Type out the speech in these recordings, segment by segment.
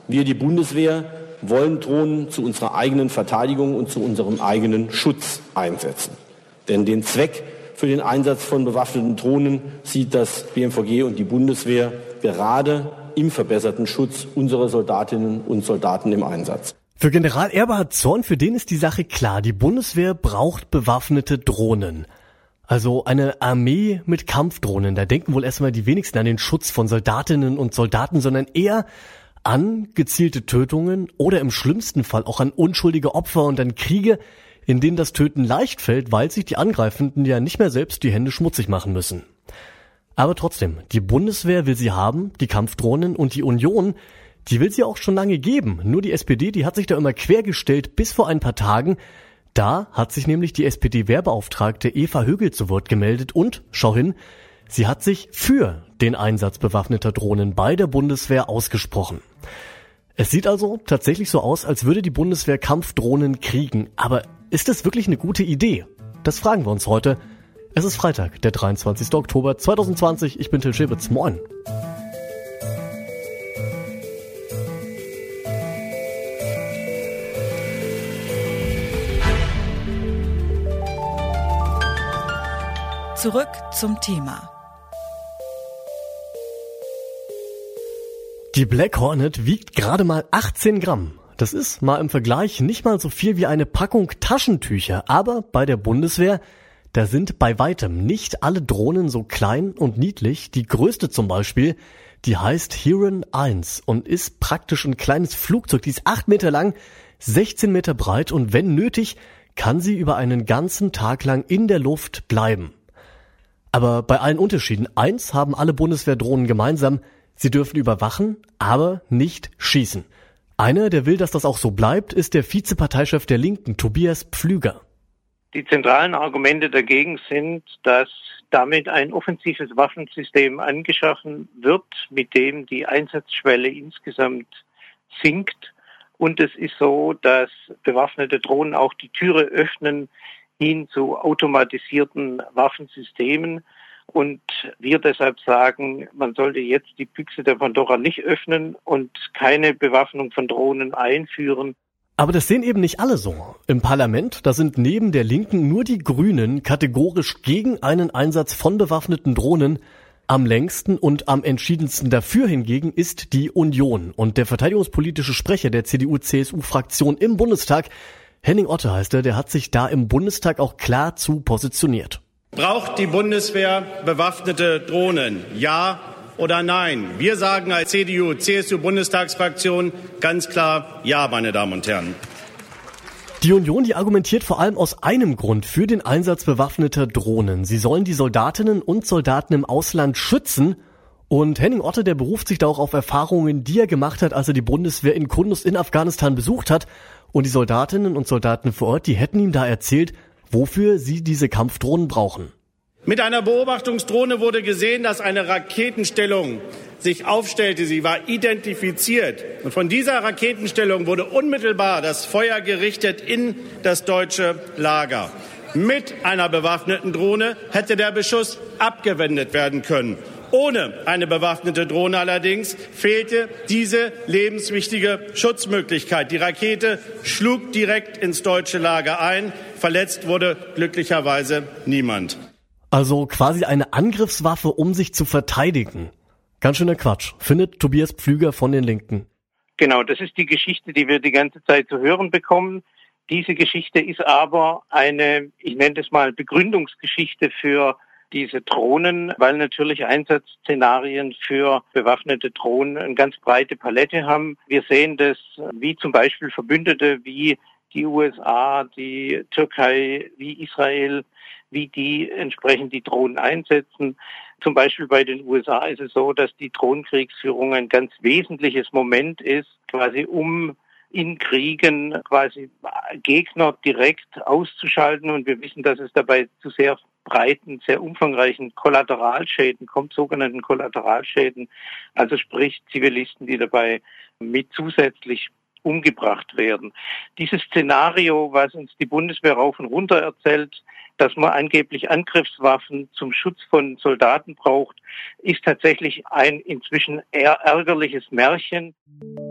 Wir, die Bundeswehr, wollen Drohnen zu unserer eigenen Verteidigung und zu unserem eigenen Schutz einsetzen. Denn den Zweck für den Einsatz von bewaffneten Drohnen sieht das BMVG und die Bundeswehr gerade im verbesserten Schutz unserer Soldatinnen und Soldaten im Einsatz. Für General Eberhard Zorn, für den ist die Sache klar. Die Bundeswehr braucht bewaffnete Drohnen. Also eine Armee mit Kampfdrohnen. Da denken wohl erstmal die wenigsten an den Schutz von Soldatinnen und Soldaten, sondern eher an gezielte Tötungen oder im schlimmsten Fall auch an unschuldige Opfer und an Kriege, in denen das Töten leicht fällt, weil sich die Angreifenden ja nicht mehr selbst die Hände schmutzig machen müssen. Aber trotzdem, die Bundeswehr will sie haben, die Kampfdrohnen, und die Union, die will sie auch schon lange geben. Nur die SPD, die hat sich da immer quergestellt bis vor ein paar Tagen. Da hat sich nämlich die SPD-Wehrbeauftragte Eva Högel zu Wort gemeldet und, schau hin, sie hat sich für den Einsatz bewaffneter Drohnen bei der Bundeswehr ausgesprochen. Es sieht also tatsächlich so aus, als würde die Bundeswehr Kampfdrohnen kriegen. Aber ist das wirklich eine gute Idee? Das fragen wir uns heute. Es ist Freitag, der 23. Oktober 2020. Ich bin Till Schäbitz. Moin. Zurück zum Thema. Die Black Hornet wiegt gerade mal 18 Gramm. Das ist mal im Vergleich nicht mal so viel wie eine Packung Taschentücher. Aber bei der Bundeswehr, da sind bei weitem nicht alle Drohnen so klein und niedlich. Die größte zum Beispiel, die heißt Heron 1 und ist praktisch ein kleines Flugzeug. Die ist 8 Meter lang, 16 Meter breit und wenn nötig, kann sie über einen ganzen Tag lang in der Luft bleiben. Aber bei allen Unterschieden, eins haben alle Bundeswehrdrohnen gemeinsam: sie dürfen überwachen, aber nicht schießen. Einer, der will, dass das auch so bleibt, ist der Vizeparteichef der Linken, Tobias Pflüger. Die zentralen Argumente dagegen sind, dass damit ein offensives Waffensystem angeschaffen wird, mit dem die Einsatzschwelle insgesamt sinkt. Und es ist so, dass bewaffnete Drohnen auch die Türe öffnen hin zu automatisierten Waffensystemen. Und wir deshalb sagen, man sollte jetzt die Büchse der Pandora nicht öffnen und keine Bewaffnung von Drohnen einführen. Aber das sehen eben nicht alle so. Im Parlament, da sind neben der Linken nur die Grünen kategorisch gegen einen Einsatz von bewaffneten Drohnen. Am längsten und am entschiedensten dafür hingegen ist die Union. Und der verteidigungspolitische Sprecher der CDU-CSU-Fraktion im Bundestag, Henning Otte heißt er, der hat sich da im Bundestag auch klar zu positioniert. Braucht die Bundeswehr bewaffnete Drohnen? Ja oder nein? Wir sagen als CDU-CSU-Bundestagsfraktion ganz klar ja, meine Damen und Herren. Die Union, die argumentiert vor allem aus einem Grund für den Einsatz bewaffneter Drohnen. Sie sollen die Soldatinnen und Soldaten im Ausland schützen. Und Henning Otte, der beruft sich da auch auf Erfahrungen, die er gemacht hat, als er die Bundeswehr in Kunduz in Afghanistan besucht hat. Und die Soldatinnen und Soldaten vor Ort, die hätten ihm da erzählt, wofür sie diese Kampfdrohnen brauchen. Mit einer Beobachtungsdrohne wurde gesehen, dass eine Raketenstellung sich aufstellte. Sie war identifiziert. Und von dieser Raketenstellung wurde unmittelbar das Feuer gerichtet in das deutsche Lager. Mit einer bewaffneten Drohne hätte der Beschuss abgewendet werden können. Ohne eine bewaffnete Drohne allerdings fehlte diese lebenswichtige Schutzmöglichkeit. Die Rakete schlug direkt ins deutsche Lager ein. Verletzt wurde glücklicherweise niemand. Also quasi eine Angriffswaffe, um sich zu verteidigen. Ganz schöner Quatsch, findet Tobias Pflüger von den Linken. Genau, das ist die Geschichte, die wir die ganze Zeit zu hören bekommen. Diese Geschichte ist aber eine, ich nenne das mal, Begründungsgeschichte für diese Drohnen, weil natürlich Einsatzszenarien für bewaffnete Drohnen eine ganz breite Palette haben. Wir sehen das, wie zum Beispiel Verbündete wie die USA, die Türkei, wie Israel, wie die entsprechend die Drohnen einsetzen. Zum Beispiel bei den USA ist es so, dass die Drohnenkriegsführung ein ganz wesentliches Moment ist, quasi um in Kriegen quasi Gegner direkt auszuschalten. Und wir wissen, dass es dabei zu sehr breiten, sehr umfangreichen Kollateralschäden kommt, sogenannten Kollateralschäden, also sprich Zivilisten, die dabei mit zusätzlich umgebracht werden. Dieses Szenario, was uns die Bundeswehr rauf und runter erzählt, dass man angeblich Angriffswaffen zum Schutz von Soldaten braucht, ist tatsächlich ein inzwischen eher ärgerliches Märchen.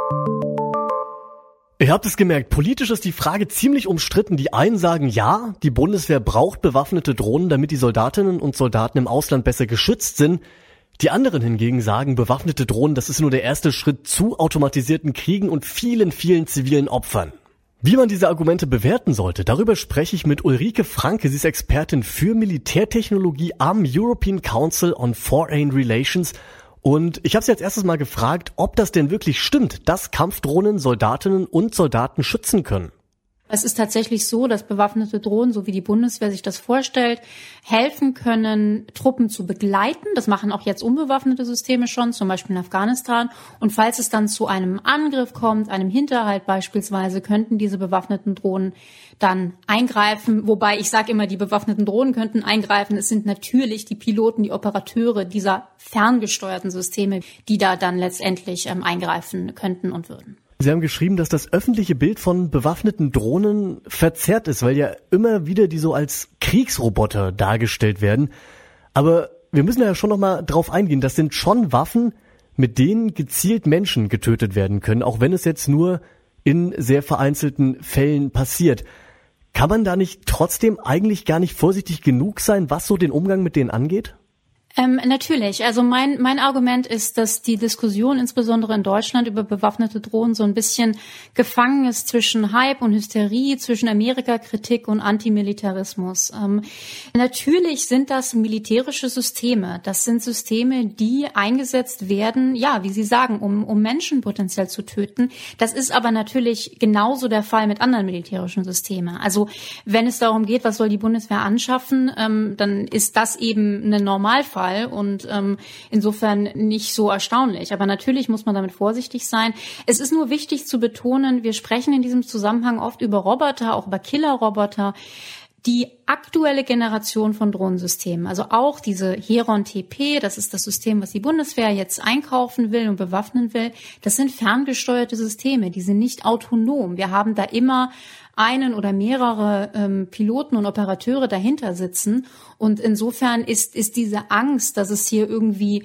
Ihr habt es gemerkt, politisch ist die Frage ziemlich umstritten. Die einen sagen, ja, die Bundeswehr braucht bewaffnete Drohnen, damit die Soldatinnen und Soldaten im Ausland besser geschützt sind. Die anderen hingegen sagen, bewaffnete Drohnen, das ist nur der erste Schritt zu automatisierten Kriegen und vielen, vielen zivilen Opfern. Wie man diese Argumente bewerten sollte, darüber spreche ich mit Ulrike Franke. Sie ist Expertin für Militärtechnologie am European Council on Foreign Relations. Und ich habe sie als erstes mal gefragt, ob das denn wirklich stimmt, dass Kampfdrohnen Soldatinnen und Soldaten schützen können. Es ist tatsächlich so, dass bewaffnete Drohnen, so wie die Bundeswehr sich das vorstellt, helfen können, Truppen zu begleiten. Das machen auch jetzt unbewaffnete Systeme schon, zum Beispiel in Afghanistan. Und falls es dann zu einem Angriff kommt, einem Hinterhalt beispielsweise, könnten diese bewaffneten Drohnen dann eingreifen. Wobei ich sage immer, die bewaffneten Drohnen könnten eingreifen. Es sind natürlich die Piloten, die Operateure dieser ferngesteuerten Systeme, die da dann letztendlich eingreifen könnten und würden. Sie haben geschrieben, dass das öffentliche Bild von bewaffneten Drohnen verzerrt ist, weil ja immer wieder die so als Kriegsroboter dargestellt werden. Aber wir müssen ja schon noch mal drauf eingehen, das sind schon Waffen, mit denen gezielt Menschen getötet werden können, auch wenn es jetzt nur in sehr vereinzelten Fällen passiert. Kann man da nicht trotzdem eigentlich gar nicht vorsichtig genug sein, was so den Umgang mit denen angeht? Natürlich. Also mein Argument ist, dass die Diskussion insbesondere in Deutschland über bewaffnete Drohnen so ein bisschen gefangen ist zwischen Hype und Hysterie, zwischen Amerika-Kritik und Antimilitarismus. Natürlich sind das militärische Systeme. Das sind Systeme, die eingesetzt werden, ja, wie Sie sagen, um Menschen potenziell zu töten. Das ist aber natürlich genauso der Fall mit anderen militärischen Systemen. Also wenn es darum geht, was soll die Bundeswehr anschaffen, dann ist das eben ein Normalfall. Und insofern nicht so erstaunlich. Aber natürlich muss man damit vorsichtig sein. Es ist nur wichtig zu betonen, wir sprechen in diesem Zusammenhang oft über Roboter, auch über Killerroboter. Die aktuelle Generation von Drohnensystemen, also auch diese Heron TP, das ist das System, was die Bundeswehr jetzt einkaufen will und bewaffnen will, das sind ferngesteuerte Systeme, die sind nicht autonom. Wir haben da immer einen oder mehrere Piloten und Operateure dahinter sitzen. Und insofern ist diese Angst, dass es hier irgendwie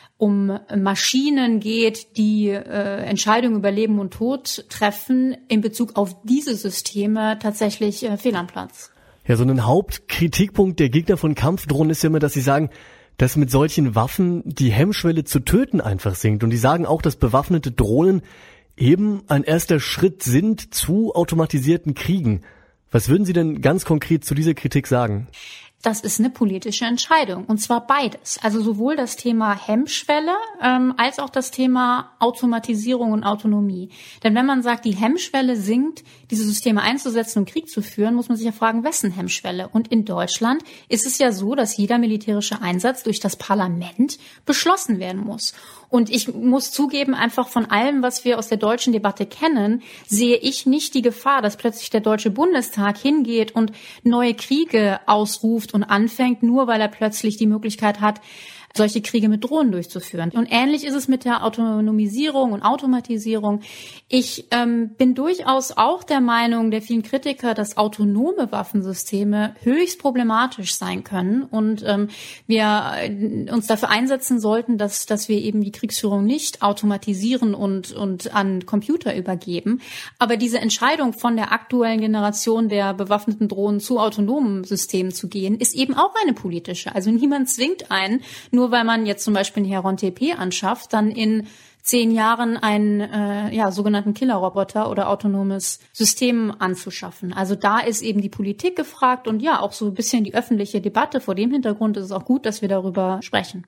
um Maschinen geht, die Entscheidungen über Leben und Tod treffen, in Bezug auf diese Systeme tatsächlich fehl am Platz. Ja, so ein Hauptkritikpunkt der Gegner von Kampfdrohnen ist ja immer, dass sie sagen, dass mit solchen Waffen die Hemmschwelle zu töten einfach sinkt. Und die sagen auch, dass bewaffnete Drohnen eben ein erster Schritt sind zu automatisierten Kriegen. Was würden Sie denn ganz konkret zu dieser Kritik sagen? Das ist eine politische Entscheidung, und zwar beides. Also sowohl das Thema Hemmschwelle als auch das Thema Automatisierung und Autonomie. Denn wenn man sagt, die Hemmschwelle sinkt, diese Systeme einzusetzen und Krieg zu führen, muss man sich ja fragen, wessen Hemmschwelle? Und in Deutschland ist es ja so, dass jeder militärische Einsatz durch das Parlament beschlossen werden muss. Und ich muss zugeben, einfach von allem, was wir aus der deutschen Debatte kennen, sehe ich nicht die Gefahr, dass plötzlich der Deutsche Bundestag hingeht und neue Kriege ausruft und anfängt, nur weil er plötzlich die Möglichkeit hat, solche Kriege mit Drohnen durchzuführen. Und ähnlich ist es mit der Autonomisierung und Automatisierung. Ich bin durchaus auch der Meinung der vielen Kritiker, dass autonome Waffensysteme höchst problematisch sein können und wir uns dafür einsetzen sollten, dass wir eben die Kriegsführung nicht automatisieren und an Computer übergeben. Aber diese Entscheidung von der aktuellen Generation der bewaffneten Drohnen zu autonomen Systemen zu gehen, ist eben auch eine politische. Also niemand zwingt einen, nur weil man jetzt zum Beispiel einen Heron TP anschafft, dann in 10 Jahren einen sogenannten Killerroboter oder autonomes System anzuschaffen. Also da ist eben die Politik gefragt und ja, auch so ein bisschen die öffentliche Debatte. Vor dem Hintergrund ist es auch gut, dass wir darüber sprechen.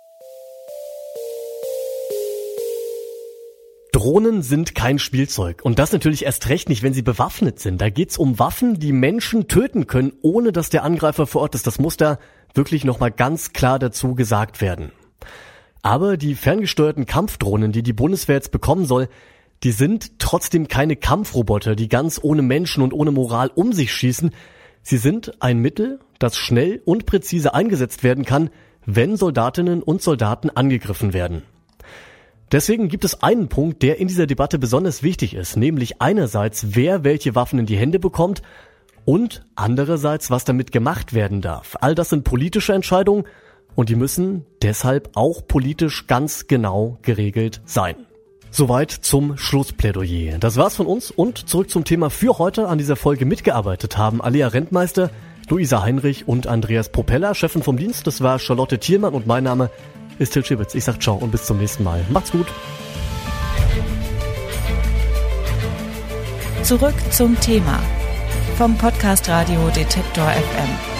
Drohnen sind kein Spielzeug. Und das natürlich erst recht nicht, wenn sie bewaffnet sind. Da geht's um Waffen, die Menschen töten können, ohne dass der Angreifer vor Ort ist. Das muss da wirklich nochmal ganz klar dazu gesagt werden. Aber die ferngesteuerten Kampfdrohnen, die die Bundeswehr jetzt bekommen soll, die sind trotzdem keine Kampfroboter, die ganz ohne Menschen und ohne Moral um sich schießen. Sie sind ein Mittel, das schnell und präzise eingesetzt werden kann, wenn Soldatinnen und Soldaten angegriffen werden. Deswegen gibt es einen Punkt, der in dieser Debatte besonders wichtig ist, nämlich einerseits, wer welche Waffen in die Hände bekommt und andererseits, was damit gemacht werden darf. All das sind politische Entscheidungen und die müssen deshalb auch politisch ganz genau geregelt sein. Soweit zum Schlussplädoyer. Das war's von uns und zurück zum Thema für heute. An dieser Folge mitgearbeitet haben Alia Rentmeister, Luisa Heinrich und Andreas Propeller. Chefin vom Dienst, das war Charlotte Thielmann und mein Name ist Till Schibitz. Ich sag ciao und bis zum nächsten Mal. Macht's gut. Zurück zum Thema vom Podcast Radio Detektor FM.